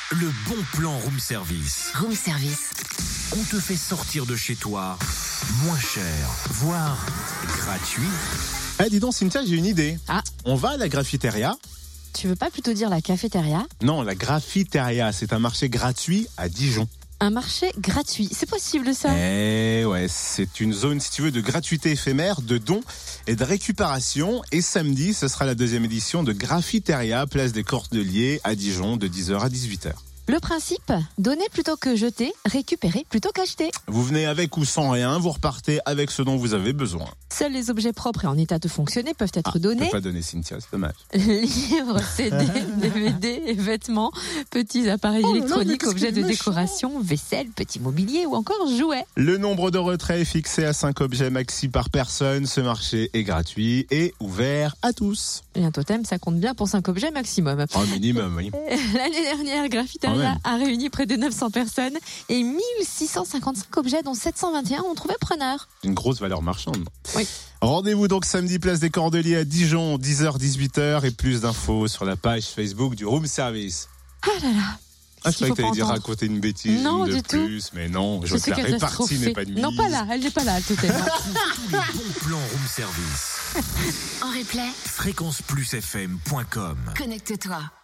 le bon plan room service. Room service. On te fait sortir de chez toi moins cher, voire gratuit. Eh, dis donc, Cynthia, j'ai une idée. Ah. On va à la Graffiteria. Tu veux pas plutôt dire la cafétéria? Non, la Graffiteria, c'est un marché gratuit à Dijon. Un marché gratuit, c'est possible ça? Eh ouais, c'est une zone, si tu veux, de gratuité éphémère, de dons et de récupération. Et samedi, ce sera la 2e édition de Graffiteria, place des Cordeliers à Dijon, de 10h à 18h. Le principe, donner plutôt que jeter, récupérer plutôt qu'acheter. Vous venez avec ou sans rien, vous repartez avec ce dont vous avez besoin. Seuls les objets propres et en état de fonctionner peuvent être Je donnés. peux pas donner, Cynthia, c'est dommage. Livres, CD, DVD et vêtements, petits appareils électroniques, objets de décoration, vaisselle, petits mobiliers ou encore jouets. Le nombre de retraits est fixé à 5 objets maxi par personne. Ce marché est gratuit et ouvert à tous. Et un totem, ça compte bien pour 5 objets maximum. Un minimum, oui. L'année dernière, Graffiteria a réuni près de 900 personnes et 1655 objets, dont 721 ont trouvé preneur. Une grosse valeur marchande. Oui. Rendez-vous donc samedi, place des Cordeliers à Dijon, 10h-18h, et plus d'infos sur la page Facebook du Room Service. Ah là là. Ah, je croyais que t'allais dire raconter une bêtise Non, de du plus, mais non, je vois que la répartie n'est pas de mise. Non, pas là, elle n'est pas là, le totem. Tous les bons plans room service. En replay, fréquenceplusfm.com. connecte-toi.